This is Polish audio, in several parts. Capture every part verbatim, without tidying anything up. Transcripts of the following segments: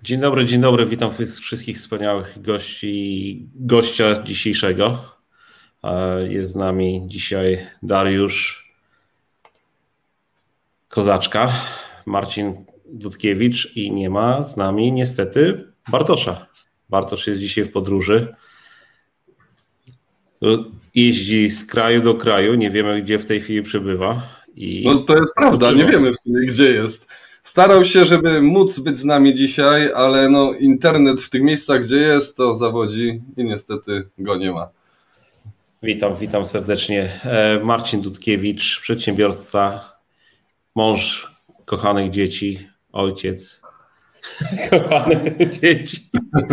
Dzień dobry, dzień dobry. Witam wszystkich wspaniałych gości, gościa dzisiejszego. Jest z nami dzisiaj Dariusz Kozaczka, Marcin Dudkiewicz i nie ma z nami niestety Bartosza. Bartosz jest dzisiaj w podróży. Jeździ z kraju do kraju, nie wiemy gdzie w tej chwili przebywa. I no to jest prawda, nie wiemy w sumie gdzie jest. Starał się, żeby móc być z nami dzisiaj, ale no internet w tych miejscach, gdzie jest, to zawodzi i niestety go nie ma. Witam, witam serdecznie. Marcin Dudkiewicz, przedsiębiorca, mąż kochanych dzieci, ojciec kochanych dzieci.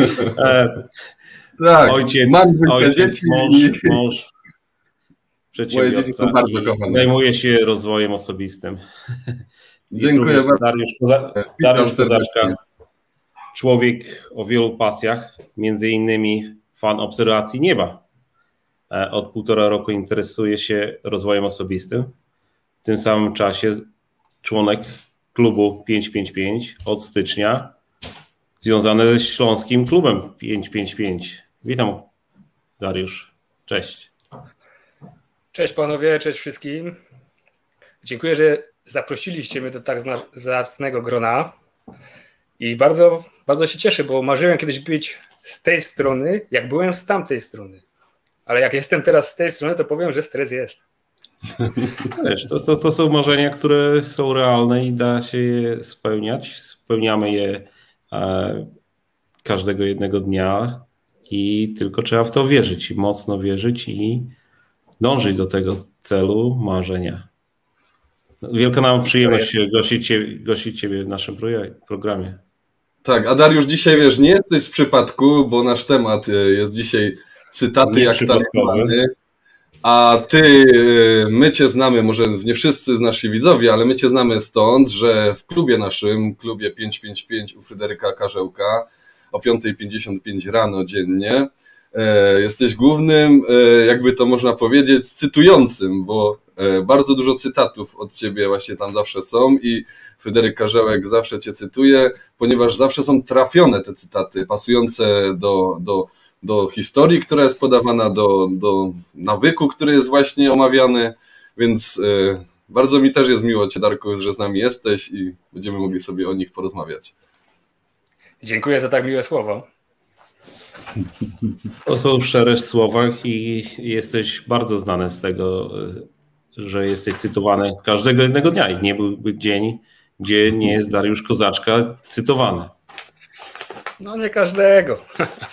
Tak, ojciec, mam ojciec dzieci mąż, i... mąż, przedsiębiorca i zajmuje się rozwojem osobistym. Dziękuję bardzo. Dariusz, Koza Dariusz Kozaczka, człowiek o wielu pasjach, między innymi fan obserwacji nieba. Od półtora roku interesuje się rozwojem osobistym. W tym samym czasie członek klubu pięć pięć pięć od stycznia, związany ze Śląskim Klubem pięć pięć pięć. Witam, Dariusz. Cześć. Cześć panowie, cześć wszystkim. Dziękuję, że zaprosiliście mnie do tak zacnego grona i bardzo, bardzo się cieszę, bo marzyłem kiedyś być z tej strony, jak byłem z tamtej strony. Ale jak jestem teraz z tej strony, to powiem, że stres jest. Wiesz, to, to, to są marzenia, które są realne i da się je spełniać. Spełniamy je e, każdego jednego dnia i tylko trzeba w to wierzyć, mocno wierzyć i dążyć do tego celu, marzenia. Wielka nam przyjemność gościć ciebie, gościć ciebie w naszym programie. Tak, a Dariusz, dzisiaj wiesz, nie jesteś z przypadku, bo nasz temat jest dzisiaj cytaty nie jak talizmany, a ty, my cię znamy, może nie wszyscy z nasi widzowie, ale my cię znamy stąd, że w klubie naszym, klubie pięć pięć pięć u Fryderyka Karzełka o piąta pięćdziesiąt pięć rano dziennie jesteś głównym, jakby to można powiedzieć, cytującym, bo bardzo dużo cytatów od ciebie właśnie tam zawsze są i Fryderyk Karzełek zawsze cię cytuje, ponieważ zawsze są trafione te cytaty, pasujące do, do, do historii, która jest podawana, do, do nawyku, który jest właśnie omawiany, więc bardzo mi też jest miło cię, Darku, że z nami jesteś i będziemy mogli sobie o nich porozmawiać. Dziękuję za tak miłe słowo. To są w szczerych słowach i jesteś bardzo znany z tego, że jesteś cytowany każdego jednego dnia i nie byłby dzień, gdzie nie jest Dariusz Kozaczka cytowany. No nie każdego,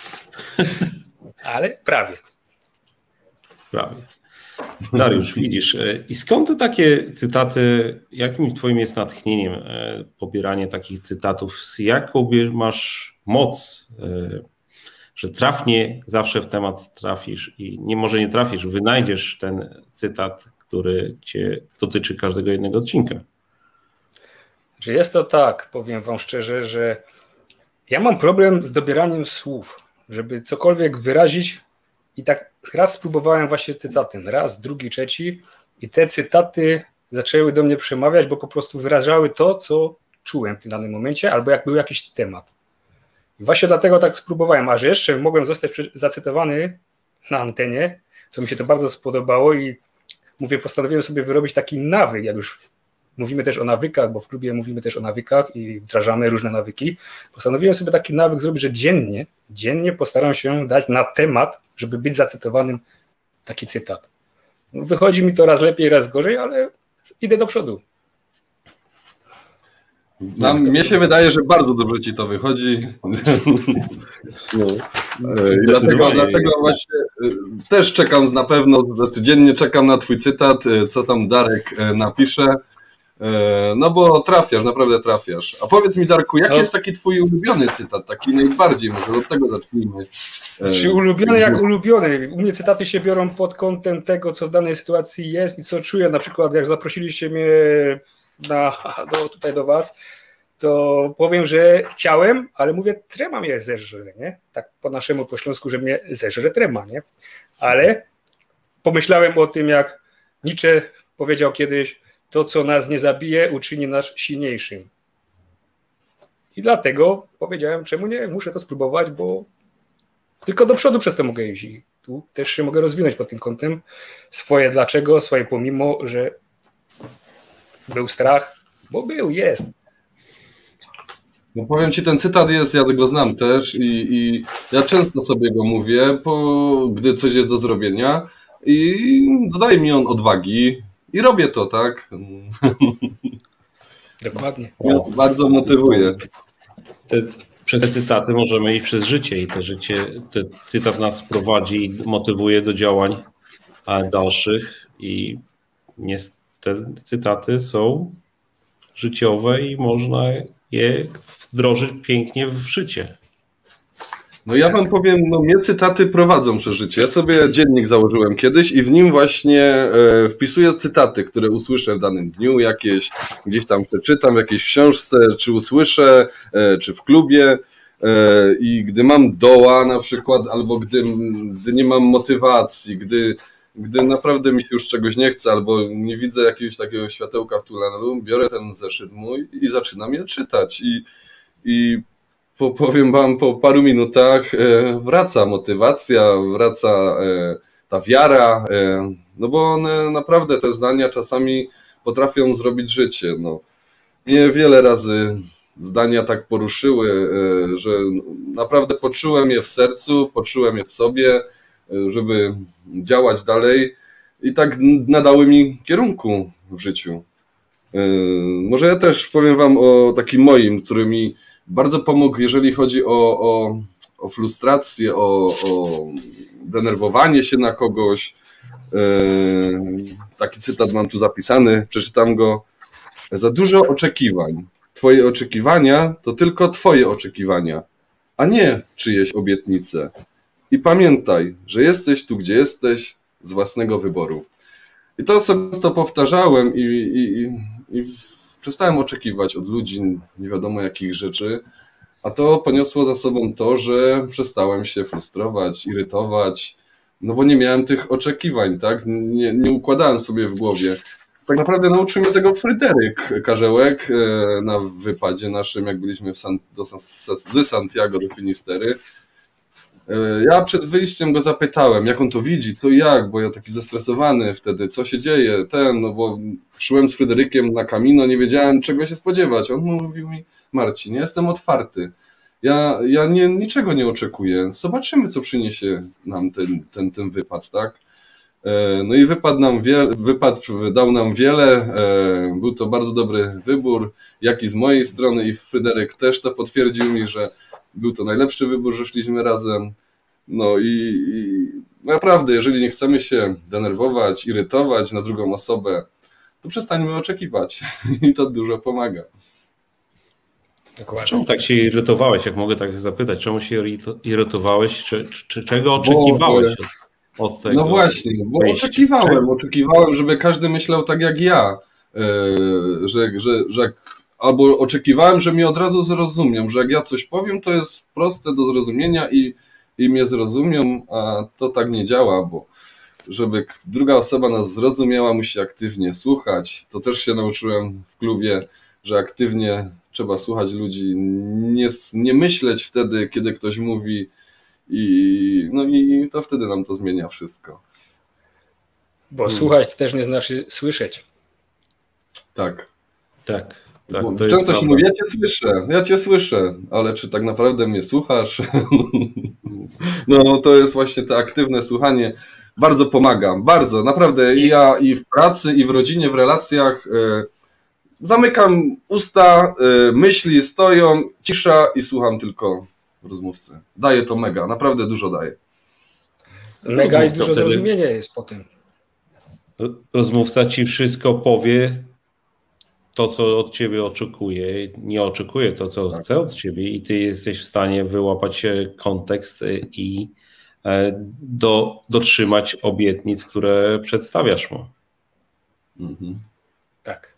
ale prawie. Prawie. Dariusz, widzisz, i skąd te takie cytaty, jakim twoim jest natchnieniem pobieranie takich cytatów, jaką masz moc, że trafnie zawsze w temat trafisz i nie może nie trafisz, wynajdziesz ten cytat, który cię dotyczy każdego jednego odcinka. Że jest to tak, powiem wam szczerze, że ja mam problem z dobieraniem słów, żeby cokolwiek wyrazić i tak raz spróbowałem właśnie cytatem, raz, drugi, trzeci i te cytaty zaczęły do mnie przemawiać, bo po prostu wyrażały to, co czułem w tym danym momencie albo jak był jakiś temat. I właśnie dlatego tak spróbowałem, a że jeszcze mogłem zostać zacytowany na antenie, co mi się to bardzo spodobało i mówię, postanowiłem sobie wyrobić taki nawyk, jak już mówimy też o nawykach, bo w klubie mówimy też o nawykach i wdrażamy różne nawyki. Postanowiłem sobie taki nawyk zrobić, że dziennie, dziennie postaram się dać na temat, żeby być zacytowanym taki cytat. Wychodzi mi to raz lepiej, raz gorzej, ale idę do przodu. No, mnie się wydaje, że bardzo dobrze ci to wychodzi. No. I dlatego, dlatego właśnie też czekam na pewno, dziennie czekam na twój cytat, co tam Darek napisze. No bo trafiasz, naprawdę trafiasz. A powiedz mi, Darku, jaki no. jest taki twój ulubiony cytat, taki najbardziej, może od tego zacznijmy. Czy ulubiony jak ulubiony? U mnie cytaty się biorą pod kątem tego, co w danej sytuacji jest i co czuję. Na przykład jak zaprosiliście mnie na, do, tutaj do was, to powiem, że chciałem, ale mówię, trema mnie zeżre, nie? Tak po naszemu, po śląsku, że mnie zeżre trema, nie? Ale pomyślałem o tym, jak Nietzsche powiedział kiedyś, to, co nas nie zabije, uczyni nas silniejszym. I dlatego powiedziałem, czemu nie, muszę to spróbować, bo tylko do przodu przez to mogę iść. I tu też się mogę rozwinąć pod tym kątem. Swoje dlaczego, swoje pomimo, że był strach, bo był, jest. No powiem ci, ten cytat jest, ja go znam też i, i ja często sobie go mówię, po, gdy coś jest do zrobienia i dodaje mi on odwagi i robię to, tak? Dokładnie. Mnie bardzo motywuje. Te, przez te cytaty możemy iść przez życie i to życie, ten cytat nas prowadzi i motywuje do działań dalszych i niestety te cytaty są życiowe i można je wdrożyć pięknie w życie. No ja wam powiem, no mnie cytaty prowadzą przez życie. Ja sobie dziennik założyłem kiedyś i w nim właśnie e, wpisuję cytaty, które usłyszę w danym dniu, jakieś gdzieś tam przeczytam w jakiejś książce, czy usłyszę, e, czy w klubie. E, I gdy mam doła na przykład, albo gdy, gdy nie mam motywacji, gdy, gdy naprawdę mi się już czegoś nie chce, albo nie widzę jakiegoś takiego światełka w tunelu, biorę ten zeszyt mój i zaczynam je czytać. I, i po, powiem wam, po paru minutach e, wraca motywacja, wraca e, ta wiara, e, no bo one naprawdę, te zdania czasami potrafią zrobić życie. No. Mnie wiele razy zdania tak poruszyły, e, że naprawdę poczułem je w sercu, poczułem je w sobie, e, żeby działać dalej i tak nadały mi kierunku w życiu. E, może ja też powiem wam o takim moim, który mi bardzo pomógł, jeżeli chodzi o, o, o frustrację, o, o denerwowanie się na kogoś. Taki cytat mam tu zapisany, przeczytam go. Za dużo oczekiwań. Twoje oczekiwania to tylko twoje oczekiwania, a nie czyjeś obietnice. I pamiętaj, że jesteś tu, gdzie jesteś, z własnego wyboru. I to sobie to powtarzałem i, i, i przestałem oczekiwać od ludzi nie wiadomo jakich rzeczy, a to poniosło za sobą to, że przestałem się frustrować, irytować, no bo nie miałem tych oczekiwań, tak? Nie, nie układałem sobie w głowie. Tak naprawdę nauczył mnie tego Fryderyk Karzełek na wypadzie naszym, jak byliśmy w San, do, z Santiago do Finistery. Ja przed wyjściem go zapytałem, jak on to widzi, co i jak, bo ja taki zestresowany wtedy, co się dzieje, ten, no bo szłem z Fryderykiem na Camino, nie wiedziałem czego się spodziewać. On mówił mi, Marcin, ja jestem otwarty, ja, ja nie, niczego nie oczekuję, zobaczymy co przyniesie nam ten, ten, ten wypad, tak? No i wypad nam wiele, wypad dał nam wiele, był to bardzo dobry wybór, jak i z mojej strony i Fryderyk też to potwierdził mi, że był to najlepszy wybór, że szliśmy razem. No i, i naprawdę, jeżeli nie chcemy się denerwować, irytować na drugą osobę, to przestańmy oczekiwać i to dużo pomaga. Dokładnie. Czemu tak się irytowałeś, jak mogę tak zapytać, czemu się irytowałeś, czy, czy czego oczekiwałeś bo, od tego? No właśnie, bo wejścia. oczekiwałem, czego? oczekiwałem, żeby każdy myślał tak jak ja, że, że, że jak albo oczekiwałem, że mnie od razu zrozumią, że jak ja coś powiem, to jest proste do zrozumienia i, i mnie zrozumią, a to tak nie działa, bo żeby druga osoba nas zrozumiała, musi aktywnie słuchać. To też się nauczyłem w klubie, że aktywnie trzeba słuchać ludzi, nie, nie myśleć wtedy, kiedy ktoś mówi i, no i to wtedy nam to zmienia wszystko. Bo hmm. słuchać to też nie znaczy słyszeć. Tak. Tak. Tak, często się mówi, ja cię słyszę, ja cię słyszę, ale czy tak naprawdę mnie słuchasz? No to jest właśnie to aktywne słuchanie. Bardzo pomaga, bardzo, naprawdę. I ja i w pracy, i w rodzinie, w relacjach e, zamykam usta, e, myśli stoją, cisza i słucham tylko rozmówcy. Daje to mega, naprawdę dużo daje. Mega i dużo zrozumienia jest po tym. Rozmówca ci wszystko powie, to, co od ciebie oczekuje, nie oczekuje to, co tak. chce od ciebie i ty jesteś w stanie wyłapać kontekst i do, dotrzymać obietnic, które przedstawiasz mu. Mhm. Tak.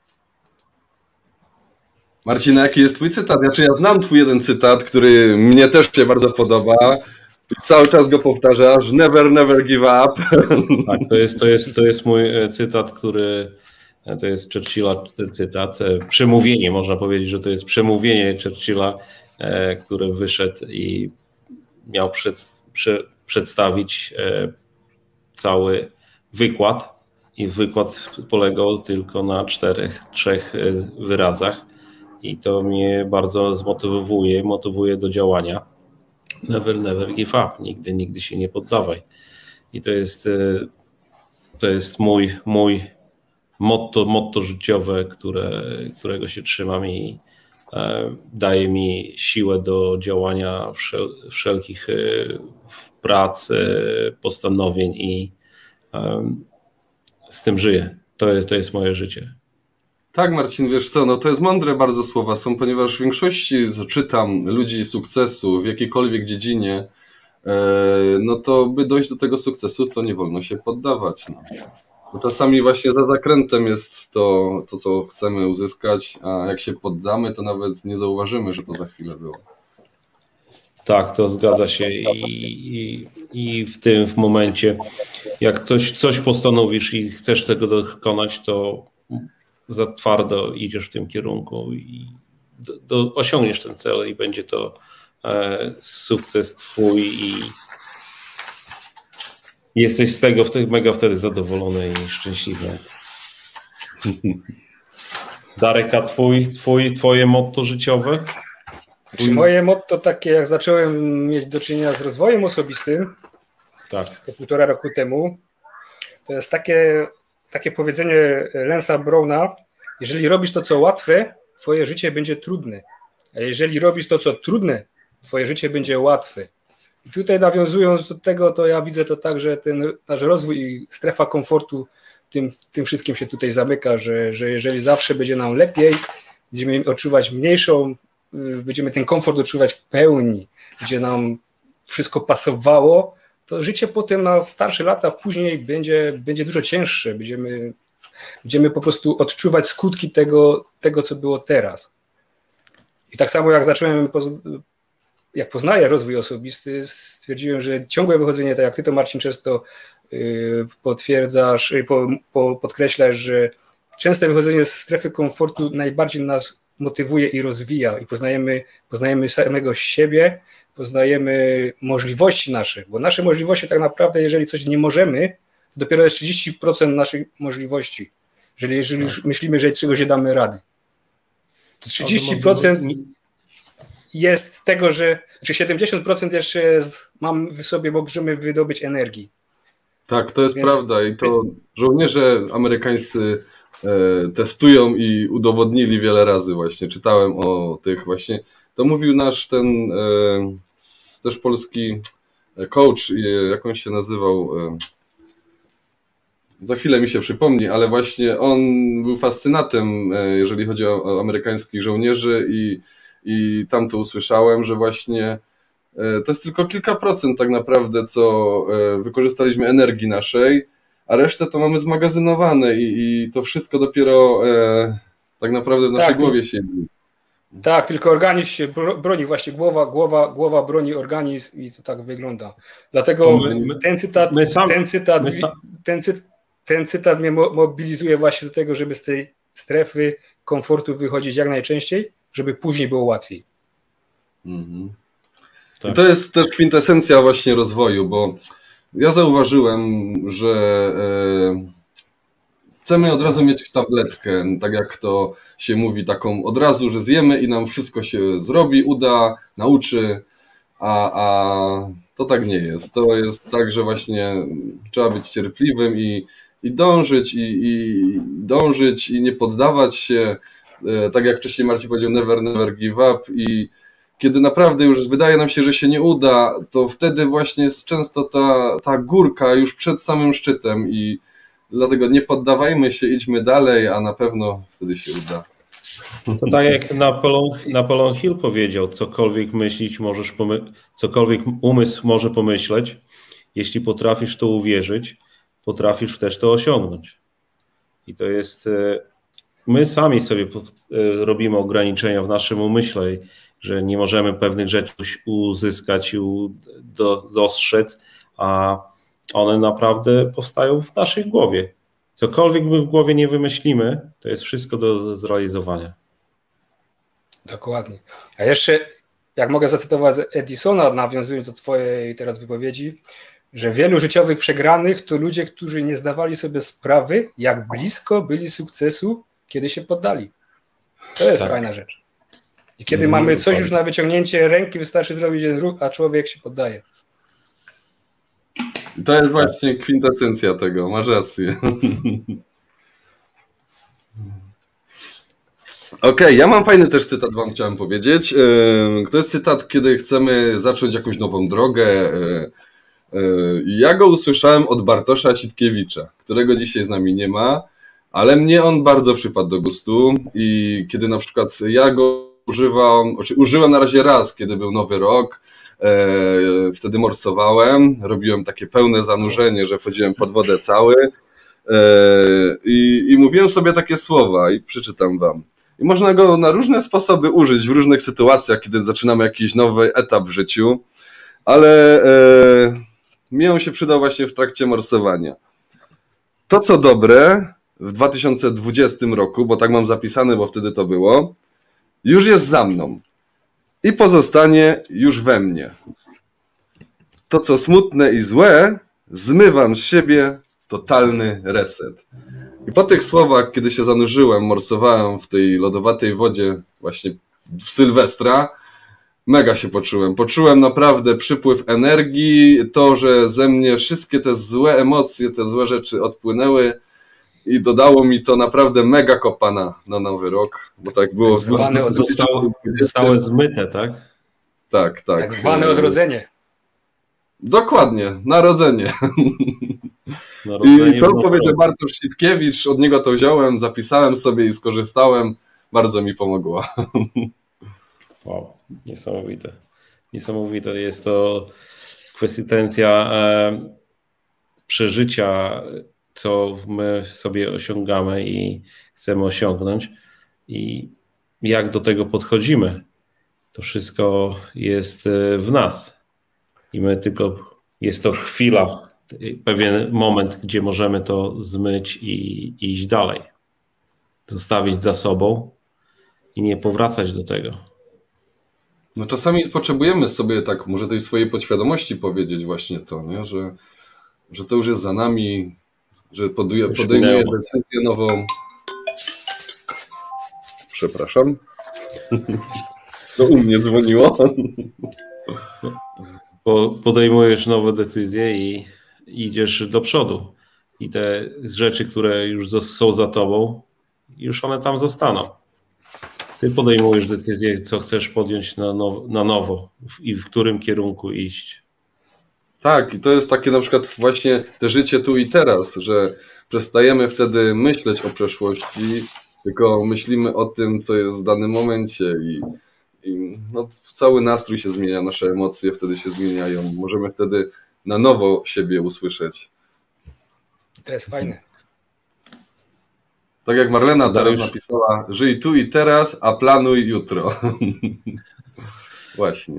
Marcin, jaki jest twój cytat? Znaczy ja znam twój jeden cytat, który mnie też się bardzo podoba. Cały czas go powtarzasz. Never, never give up. Tak, to jest, to jest, to jest mój cytat, który To jest Churchilla cytat, przemówienie, można powiedzieć, że to jest przemówienie Churchilla, który wyszedł i miał przed, prze, przedstawić cały wykład i wykład polegał tylko na czterech, trzech wyrazach i to mnie bardzo zmotywuje, motywuje do działania. Never, never give up, nigdy, nigdy się nie poddawaj. I to jest, to jest mój, mój motto, motto życiowe, które, którego się trzymam i e, daje mi siłę do działania wszel, wszelkich e, prac, e, postanowień i e, z tym żyję. To jest, to jest moje życie. Tak, Marcin, wiesz co, no to jest mądre bardzo słowa są, ponieważ w większości, co czytam, ludzi sukcesu w jakiejkolwiek dziedzinie, no to by dojść do tego sukcesu, to nie wolno się poddawać. No. Bo czasami właśnie za zakrętem jest to, to, co chcemy uzyskać, a jak się poddamy, to nawet nie zauważymy, że to za chwilę było. Tak, to zgadza się i, i, i w tym momencie, jak ktoś coś postanowisz i chcesz tego dokonać, to za twardo idziesz w tym kierunku i do, do, osiągniesz ten cel i będzie to e, sukces twój i jesteś z tego wtedy, mega wtedy zadowolony i szczęśliwy. Darek, a twój, twój, twoje motto życiowe? Czy moje motto takie, jak zacząłem mieć do czynienia z rozwojem osobistym, tak, to półtora roku temu, to jest takie, takie powiedzenie Lensa Browna: jeżeli robisz to, co łatwe, twoje życie będzie trudne, a jeżeli robisz to, co trudne, twoje życie będzie łatwe. I tutaj nawiązując do tego, to ja widzę to tak, że ten nasz rozwój i strefa komfortu tym, tym wszystkim się tutaj zamyka, że, że jeżeli zawsze będzie nam lepiej, będziemy odczuwać mniejszą, będziemy ten komfort odczuwać w pełni, będzie nam wszystko pasowało, to życie potem na starsze lata później będzie, będzie dużo cięższe. Będziemy, będziemy po prostu odczuwać skutki tego, tego, co było teraz. I tak samo jak zacząłem, jak poznaję rozwój osobisty, stwierdziłem, że ciągłe wychodzenie, tak jak ty to, Marcin, często potwierdzasz, podkreślasz, że częste wychodzenie z strefy komfortu najbardziej nas motywuje i rozwija i poznajemy, poznajemy samego siebie, poznajemy możliwości nasze, bo nasze możliwości tak naprawdę, jeżeli coś nie możemy, to dopiero jest trzydzieści procent naszych możliwości. Jeżeli, jeżeli już myślimy, że czegoś nie damy rady, to trzydzieści procent jest tego, że czy siedemdziesiąt procent jeszcze jest, mam w sobie, możemy wydobyć energii. Tak, to jest Więc... prawda i to żołnierze amerykańscy testują i udowodnili wiele razy właśnie. Czytałem o tych właśnie, to mówił nasz ten e, też polski coach, jak on się nazywał, e, za chwilę mi się przypomni, ale właśnie on był fascynatem, e, jeżeli chodzi o, o amerykańskich żołnierzy i, i tam to usłyszałem, że właśnie e, to jest tylko kilka procent tak naprawdę, co e, wykorzystaliśmy energii naszej, a resztę to mamy zmagazynowane i, i to wszystko dopiero e, tak naprawdę w naszej tak, głowie siedzi. Tak, tylko organizm się broni, właśnie głowa, głowa, głowa broni organizm i to tak wygląda. Dlatego my, my, ten cytat, my sam, ten, cytat ten, cytat ten cytat mnie mobilizuje właśnie do tego, żeby z tej strefy komfortu wychodzić jak najczęściej, żeby później było łatwiej. Mhm. Tak. I to jest też kwintesencja właśnie rozwoju, bo ja zauważyłem, że e, chcemy od razu mieć tabletkę, tak jak to się mówi, taką od razu, że zjemy i nam wszystko się zrobi, uda, nauczy, a, a to tak nie jest. To jest tak, że właśnie trzeba być cierpliwym i, i dążyć, i, i dążyć i nie poddawać się, e, tak jak wcześniej Marcin powiedział, never, never give up i kiedy naprawdę już wydaje nam się, że się nie uda, to wtedy właśnie jest często ta, ta górka już przed samym szczytem i dlatego nie poddawajmy się, idźmy dalej, a na pewno wtedy się uda. To tak jak Napoleon, Napoleon Hill powiedział, cokolwiek myśleć możesz, pomy- cokolwiek umysł może pomyśleć, jeśli potrafisz to uwierzyć, potrafisz też to osiągnąć. I to jest, my sami sobie robimy ograniczenia w naszym umyśle, że nie możemy pewnych rzeczy uzyskać i dostrzec, a one naprawdę powstają w naszej głowie. Cokolwiek my w głowie nie wymyślimy, to jest wszystko do zrealizowania. Dokładnie. A jeszcze, jak mogę zacytować Edisona, nawiązując do twojej teraz wypowiedzi, że wielu życiowych przegranych to ludzie, którzy nie zdawali sobie sprawy, jak blisko byli sukcesu, kiedy się poddali. To jest tak. Fajna rzecz. I kiedy no, mamy coś już na wyciągnięcie ręki, wystarczy zrobić jeden ruch, a człowiek się poddaje. To jest właśnie kwintesencja tego, masz rację. Okej, okay, ja mam fajny też cytat, wam chciałem powiedzieć. To jest cytat, kiedy chcemy zacząć jakąś nową drogę. Ja go usłyszałem od Bartosza Sitkiewicza, którego dzisiaj z nami nie ma, ale mnie on bardzo przypadł do gustu i kiedy na przykład ja go używam, znaczy użyłem na razie raz, kiedy był Nowy Rok, wtedy morsowałem, robiłem takie pełne zanurzenie, że wchodziłem pod wodę cały i, i mówiłem sobie takie słowa i przeczytam wam. I można go na różne sposoby użyć w różnych sytuacjach, kiedy zaczynamy jakiś nowy etap w życiu, ale e, mi on się przydał właśnie w trakcie morsowania. To, co dobre w dwa tysiące dwudziestym roku, bo tak mam zapisane, bo wtedy to było, już jest za mną i pozostanie już we mnie. To, co smutne i złe, zmywam z siebie totalny reset. I po tych słowach, kiedy się zanurzyłem, morsowałem w tej lodowatej wodzie właśnie w Sylwestra, mega się poczułem. Poczułem naprawdę przypływ energii, to, że ze mnie wszystkie te złe emocje, te złe rzeczy odpłynęły i dodało mi to naprawdę mega kopa na, na Nowy Rok, bo tak było. Zwane od... Zostało, zostało zmyte, tak? Tak, tak. Tak zwane odrodzenie. Dokładnie, narodzenie. I to powiedział Bartosz Sitkiewicz, od niego to wziąłem, zapisałem sobie i skorzystałem. Bardzo mi pomogło. Wow, niesamowite. Niesamowite. Jest to kwestia e, przeżycia, co my sobie osiągamy i chcemy osiągnąć i jak do tego podchodzimy. To wszystko jest w nas i my tylko, jest to chwila, pewien moment, gdzie możemy to zmyć i iść dalej. Zostawić za sobą i nie powracać do tego. No czasami potrzebujemy sobie tak, może tej swojej podświadomości powiedzieć właśnie to, nie? Że, że to już jest za nami, że poduje, podejmuje decyzję nową. Przepraszam. No u mnie dzwoniło. Podejmujesz nowe decyzje i idziesz do przodu. I te rzeczy, które już są za tobą, już one tam zostaną. Ty podejmujesz decyzję, co chcesz podjąć na nowo, na nowo i w którym kierunku iść. Tak, i to jest takie na przykład właśnie te życie tu i teraz, że przestajemy wtedy myśleć o przeszłości, tylko myślimy o tym, co jest w danym momencie i, i no, cały nastrój się zmienia, nasze emocje wtedy się zmieniają. Możemy wtedy na nowo siebie usłyszeć. To jest fajne. Tak jak Marlena teraz napisała, żyj tu i teraz, a planuj jutro. Właśnie.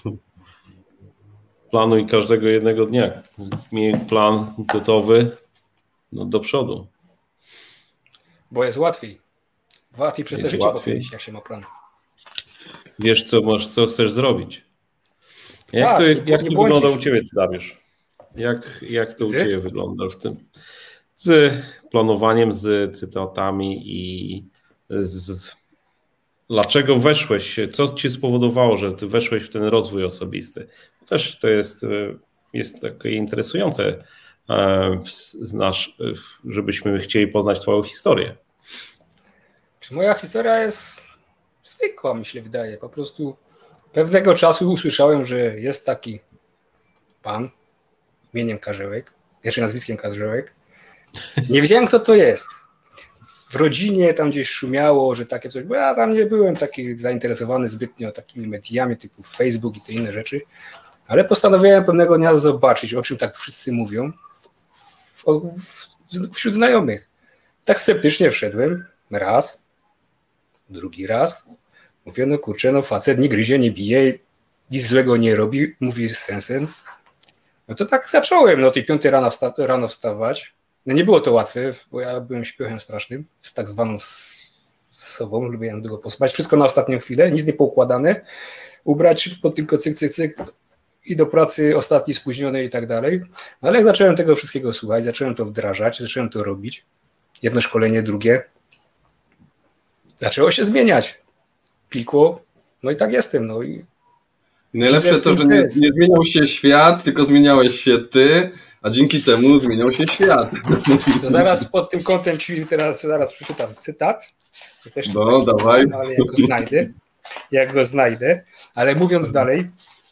Planuj każdego jednego dnia. Miej plan gotowy no, do przodu. Bo jest łatwiej. Łatwiej przez te życie potem, jak się ma plan. Wiesz, co masz, co chcesz zrobić. Jak tak, to, nie, jak nie to wygląda u ciebie, Dariusz? Jak, jak to u ciebie wygląda w tym? Z planowaniem, z cytatami i z... Dlaczego weszłeś, co ci spowodowało, że ty weszłeś w ten rozwój osobisty? Też to jest, jest takie interesujące, znasz, żebyśmy chcieli poznać twoją historię. Czy moja historia jest zwykła, mi się wydaje. Po prostu pewnego czasu usłyszałem, że jest taki pan imieniem Karzełek, jeszcze nazwiskiem Karzełek. Nie wiedziałem, kto to jest. W rodzinie tam gdzieś szumiało, że takie coś, bo ja tam nie byłem taki zainteresowany zbytnio takimi mediami typu Facebook i te inne rzeczy, ale postanowiłem pewnego dnia zobaczyć, o czym tak wszyscy mówią w, w, w, wśród znajomych. Tak sceptycznie wszedłem raz, drugi raz. Mówię, no kurczę, no facet nie gryzie, nie bije, nic złego nie robi, mówi z sensem. No to tak zacząłem, no tej piątej rano, wsta- rano wstawać. No nie było to łatwe, bo ja byłem śpiochem strasznym, z tak zwaną z, z sobą, lubiłem długo pospać. Wszystko na ostatnią chwilę, nic nie poukładane. Ubrać szybko, tylko cyk, cyk, cyk i do pracy ostatni spóźniony i tak dalej. No ale jak zacząłem tego wszystkiego słuchać, zacząłem to wdrażać, zacząłem to robić. Jedno szkolenie, drugie. Zaczęło się zmieniać. Pikło, no i tak jestem. No i I najlepsze to, że nie, nie zmieniał się świat, tylko zmieniałeś się ty, a dzięki temu zmieniał się świat. To zaraz pod tym kątem ci teraz zaraz przeczytam cytat. Też no, dawaj. Mam, ale jak go znajdę. Jak go znajdę. Ale mówiąc dalej,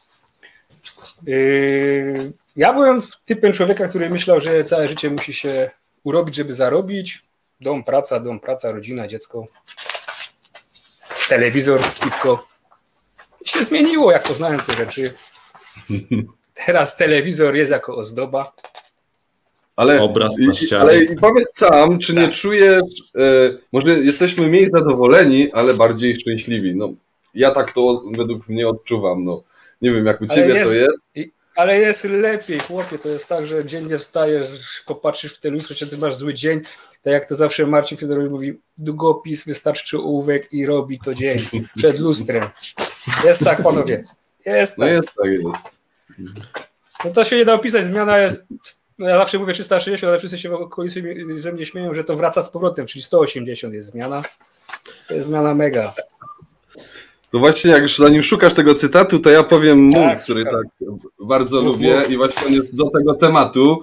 yy, ja byłem typem człowieka, który myślał, że całe życie musi się urobić, żeby zarobić. Dom, praca, dom, praca, rodzina, dziecko, telewizor, piwko. I się zmieniło, jak poznałem te rzeczy. Teraz telewizor jest jako ozdoba. Ale, Obraz na ścianie. Ale i powiedz sam, czy tak. nie czujesz, e, może jesteśmy mniej zadowoleni, ale bardziej szczęśliwi. No, ja tak to według mnie odczuwam. No. Nie wiem, jak u ciebie jest, to jest. I, ale jest lepiej, chłopie. To jest tak, że dziennie wstajesz, popatrzysz w te lustro, czy ty masz zły dzień. Tak jak to zawsze Marcin Fiedorowicz mówi, długopis, wystarczy ołówek i robi to dzień przed lustrem. Jest tak, panowie. Jest tak. No jest tak, jest. No to się nie da opisać. Zmiana jest, no ja zawsze mówię trzysta sześćdziesiąt, ale wszyscy się w okolicy ze mnie śmieją, że to wraca z powrotem, czyli sto osiemdziesiąt jest zmiana. To jest zmiana mega. To właśnie jak już zanim szukasz tego cytatu, to ja powiem mój, tak, który szukam. tak bardzo mów, lubię mów. I właśnie on jest do tego tematu.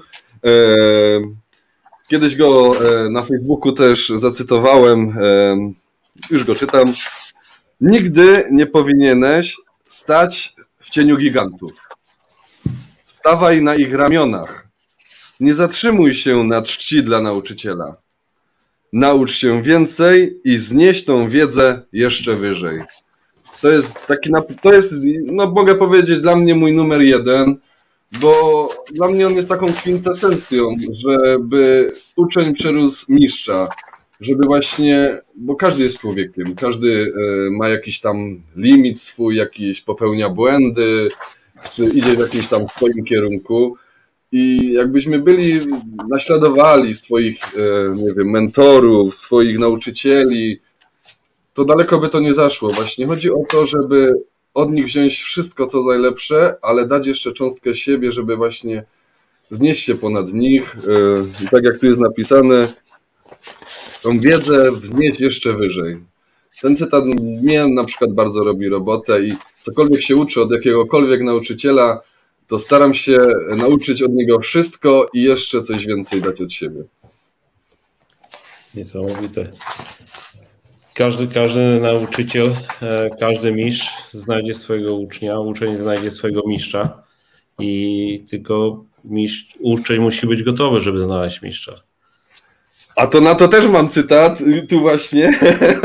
Kiedyś go na Facebooku też zacytowałem, już go czytam. Nigdy nie powinieneś stać w cieniu gigantów. Stawaj na ich ramionach. Nie zatrzymuj się na czci dla nauczyciela. Naucz się więcej i znieś tą wiedzę jeszcze wyżej. To jest taki, to jest, no mogę powiedzieć, dla mnie mój numer jeden, bo dla mnie on jest taką kwintesencją, żeby uczeń przerósł mistrza, żeby właśnie, bo każdy jest człowiekiem, każdy ma jakiś tam limit swój, jakiś popełnia błędy, czy idzie w jakimś tam swoim kierunku i jakbyśmy byli, naśladowali swoich, nie wiem, mentorów, swoich nauczycieli, to daleko by to nie zaszło. Właśnie chodzi o to, żeby od nich wziąć wszystko, co najlepsze, ale dać jeszcze cząstkę siebie, żeby właśnie znieść się ponad nich. I tak jak tu jest napisane, tą wiedzę wznieść jeszcze wyżej. Ten cytat mnie na przykład bardzo robi robotę i cokolwiek się uczy od jakiegokolwiek nauczyciela, to staram się nauczyć od niego wszystko i jeszcze coś więcej dać od siebie. Niesamowite. Każdy, każdy nauczyciel, każdy mistrz znajdzie swojego ucznia, uczeń znajdzie swojego mistrza i tylko mistrz, uczeń musi być gotowy, żeby znaleźć mistrza. A to na to też mam cytat, tu właśnie.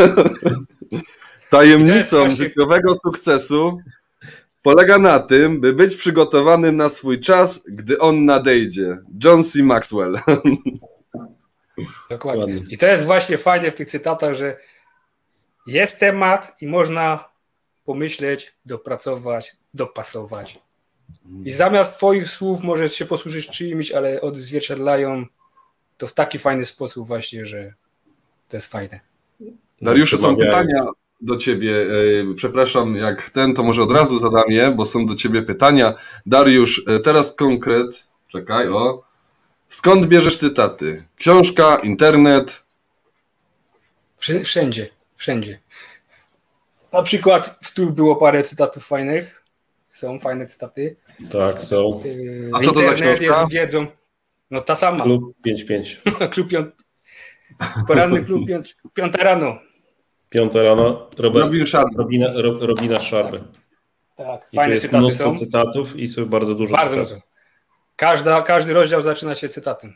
Tajemnicą życiowego sukcesu polega na tym, by być przygotowanym na swój czas, gdy on nadejdzie. John C. Maxwell. Dokładnie. I to jest właśnie fajne w tych cytatach, że jest temat i można pomyśleć, dopracować, dopasować. I zamiast twoich słów możesz się posłużyć czyimiś, ale odzwierciedlają to w taki fajny sposób właśnie, że to jest fajne. Dariuszu, są pytania do ciebie. Przepraszam, jak ten, to może od razu zadam je, bo są do ciebie pytania. Dariusz, teraz konkret. Czekaj, o. Skąd bierzesz cytaty? Książka, internet? Wszędzie, wszędzie. Na przykład tu było parę cytatów fajnych. Są fajne cytaty. Tak, są. A co to za książka? Jest z wiedzą. No ta sama. Klub pięć pięć. Klub piąt... Poranny klub piąt... piąta rano. Piąta rano. Robert... Robin Sharp. Robina, Robina Szarby. Tak, tak. I Fajne tu jest cytaty mnóstwo są. cytatów i są bardzo dużo Bardzo cytatów. dużo. Każda, każdy rozdział zaczyna się cytatem.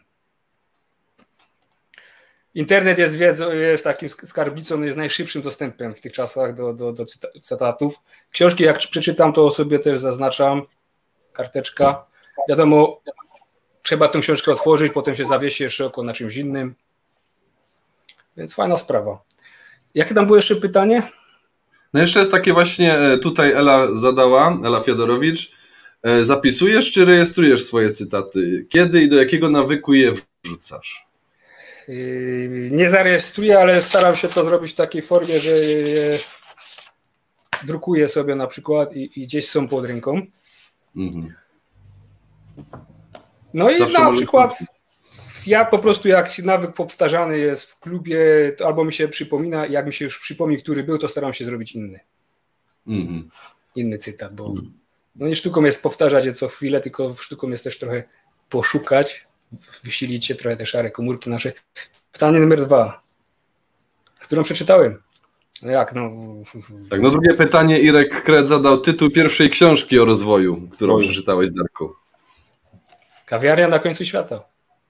Internet jest wiedzą, jest takim skarbnicą, jest najszybszym dostępem w tych czasach do, do, do cytatów. Książki, jak przeczytam, to sobie też zaznaczam. Karteczka. Wiadomo, trzeba tę książkę otworzyć, potem się zawiesi jeszcze oko na czymś innym. Więc fajna sprawa. Jakie tam było jeszcze pytanie? No jeszcze jest takie właśnie, tutaj Ela zadała, Ela Fiodorowicz. zapisujesz czy rejestrujesz swoje cytaty? Kiedy i do jakiego nawyku je wrzucasz? Nie zarejestruję, ale staram się to zrobić w takiej formie, że je drukuję sobie na przykład i, i gdzieś są pod ręką. Mhm. No i Zawsze na przykład ja po prostu jak nawyk powtarzany jest w klubie, to albo mi się przypomina, jak mi się już przypomni, który był, to staram się zrobić inny. Mhm. Inny cytat, bo no nie sztuką jest powtarzać je co chwilę, tylko sztuką jest też trochę poszukać, wysilić się trochę te szare komórki nasze. Pytanie numer dwa, którą przeczytałem. No jak, no... Tak, no drugie pytanie Irek Kret zadał tytuł pierwszej książki o rozwoju, którą Oj. przeczytałeś, Darku. Kawiarnia na końcu świata.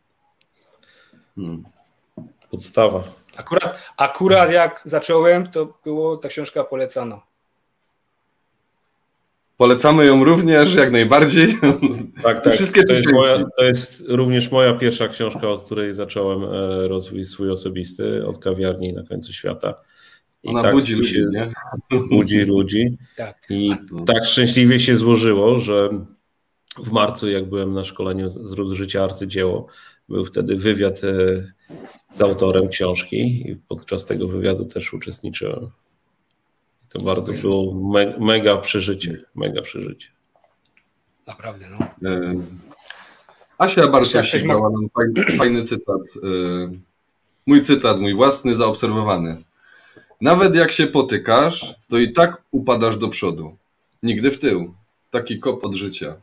Hmm. Podstawa. Akurat, akurat jak zacząłem, to było ta książka polecana. Polecamy ją również, jak najbardziej. Tak, tak. Wszystkie to, jest moja, to jest również moja pierwsza książka, od której zacząłem rozwój swój osobisty, od kawiarni na końcu świata. I Ona tak budzi ludzi, nie? Budzi ludzi. Tak. I tak szczęśliwie się złożyło, że w marcu, jak byłem na szkoleniu Zrób z życia arcydzieło, był wtedy wywiad z autorem książki i podczas tego wywiadu też uczestniczyłem. To bardzo było me, mega przeżycie, mega przeżycie. Naprawdę, no. Asia Bartosik dała nam fajny, fajny cytat. Mój cytat, mój własny, zaobserwowany. Nawet jak się potykasz, to i tak upadasz do przodu. Nigdy w tył. Taki kop od życia.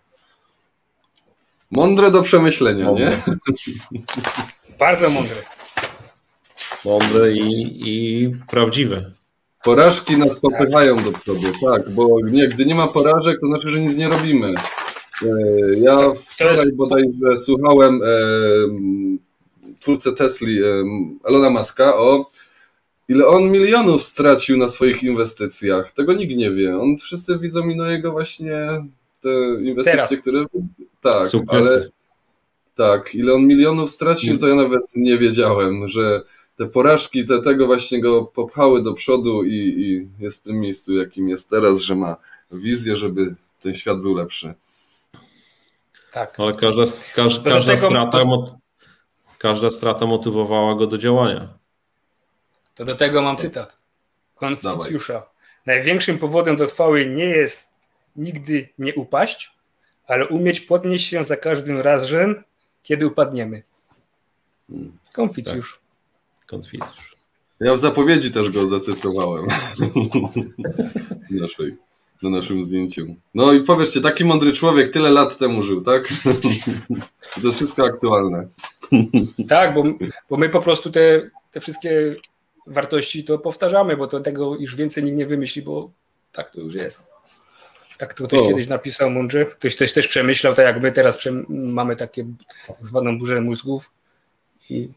Mądre do przemyślenia, mądre. Nie? Bardzo mądre. Mądre i, i prawdziwe. Porażki nas popychają do przodu, tak, bo nie, gdy nie ma porażek, to znaczy, że nic nie robimy. Ja wczoraj jest... bodajże słuchałem e, twórcę Tesli, e, Elona Muska, o ile on milionów stracił na swoich inwestycjach. Tego nikt nie wie. On wszyscy widzą ino jego właśnie te inwestycje, Teraz. które... Tak, Sukcesy. ale tak, ile on milionów stracił, to ja nawet nie wiedziałem, że te porażki te, tego właśnie go popchały do przodu i, i jest w tym miejscu, jakim jest teraz, że ma wizję, żeby ten świat był lepszy. Tak. Ale każda, każda, każda, tego... strata, każda strata motywowała go do działania. To do tego mam cytat Konfucjusza. Dawaj. Największym powodem do chwały nie jest nigdy nie upaść, ale umieć podnieść się za każdym razem, kiedy upadniemy. Konfucjusz. Tak. Konfucjusz. Ja w zapowiedzi też go zacytowałem. Naszej, na naszym zdjęciu. No i powiedzcie, taki mądry człowiek tyle lat temu żył, tak? To jest wszystko aktualne. Tak, bo, bo my po prostu te, te wszystkie wartości to powtarzamy, bo to tego już więcej nikt nie wymyśli, bo tak to już jest. Tak to ktoś o. kiedyś napisał mądrze, ktoś, ktoś też przemyślał, tak jak my teraz mamy takie tak zwaną burzę mózgów i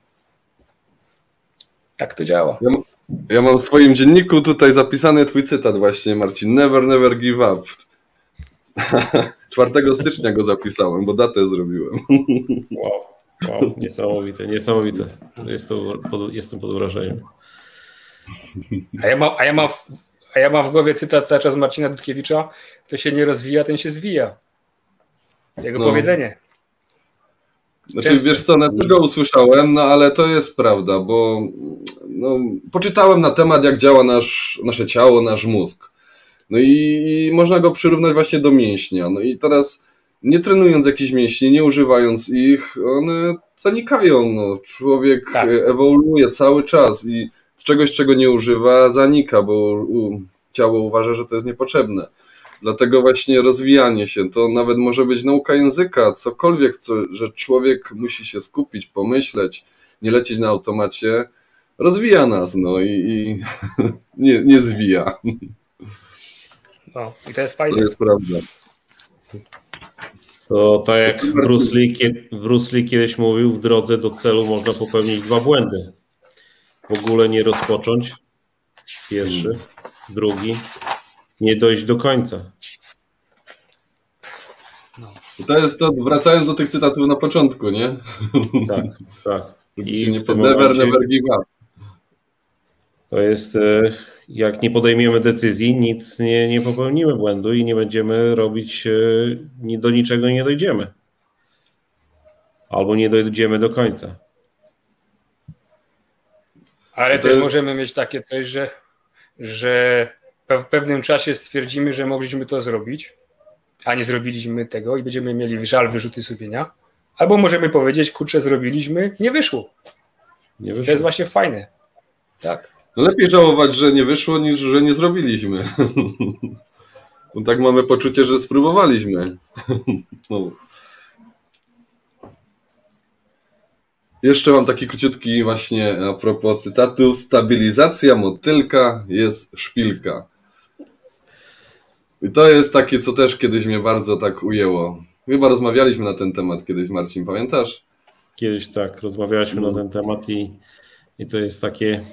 tak to działa. Ja, ja mam w swoim dzienniku tutaj zapisany twój cytat właśnie, Marcin. Never, never give up. czwartego stycznia go zapisałem, bo datę zrobiłem. Wow, wow, niesamowite, niesamowite. Jest to, pod, jestem pod wrażeniem. A ja mam, a ja mam, w, a ja mam w głowie cytat cały czas Marcina Dudkiewicza: kto się nie rozwija, ten się zwija. Jego no. powiedzenie. Znaczy, Często. wiesz co, nawet tego usłyszałem, no ale to jest prawda, bo no, poczytałem na temat, jak działa nasz, nasze ciało, nasz mózg. No i, i można go przyrównać właśnie do mięśnia. No i teraz nie trenując jakichś mięśni, nie używając ich, one zanikają. No. Człowiek tak. ewoluuje cały czas i z czegoś, czego nie używa, zanika, bo u, ciało uważa, że to jest niepotrzebne. Dlatego właśnie rozwijanie się, to nawet może być nauka języka, cokolwiek, co, że człowiek musi się skupić, pomyśleć, nie lecieć na automacie, rozwija nas, no i, i nie, nie zwija. No, i to jest fajne. To jest prawda. To tak jak Bruce Lee, Bruce Lee kiedyś mówił, w drodze do celu można popełnić dwa błędy. W ogóle nie rozpocząć, pierwszy, drugi, nie dojść do końca. No. To jest to, wracając do tych cytatów na początku, nie? Tak, tak. I nie never, momencie, never give up. To jest, jak nie podejmiemy decyzji, nic nie, nie popełnimy błędu i nie będziemy robić, do niczego nie dojdziemy. Albo nie dojdziemy do końca. Ale też jest... możemy mieć takie coś, że, że w pewnym czasie stwierdzimy, że mogliśmy to zrobić, a nie zrobiliśmy tego i będziemy mieli żal, wyrzuty sumienia. Albo możemy powiedzieć, kurczę, zrobiliśmy, nie wyszło. Nie wyszło. To jest właśnie fajne. Tak. No lepiej żałować, że nie wyszło, niż że nie zrobiliśmy. Bo tak mamy poczucie, że spróbowaliśmy. No. Jeszcze mam taki króciutki właśnie a propos cytatu. Stabilizacja motylka jest szpilka. I to jest takie, co też kiedyś mnie bardzo tak ujęło. Chyba rozmawialiśmy na ten temat kiedyś, Marcin, pamiętasz? Kiedyś tak, rozmawialiśmy no. na ten temat i, i to jest takie...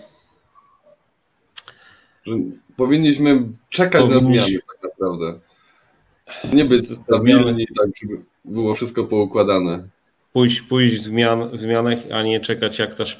Że powinniśmy czekać Powinniśmy... na zmiany tak naprawdę. Nie być stabilni, tak żeby było wszystko poukładane. Pójść, pójść w, zmian, w zmianach, a nie czekać jak ta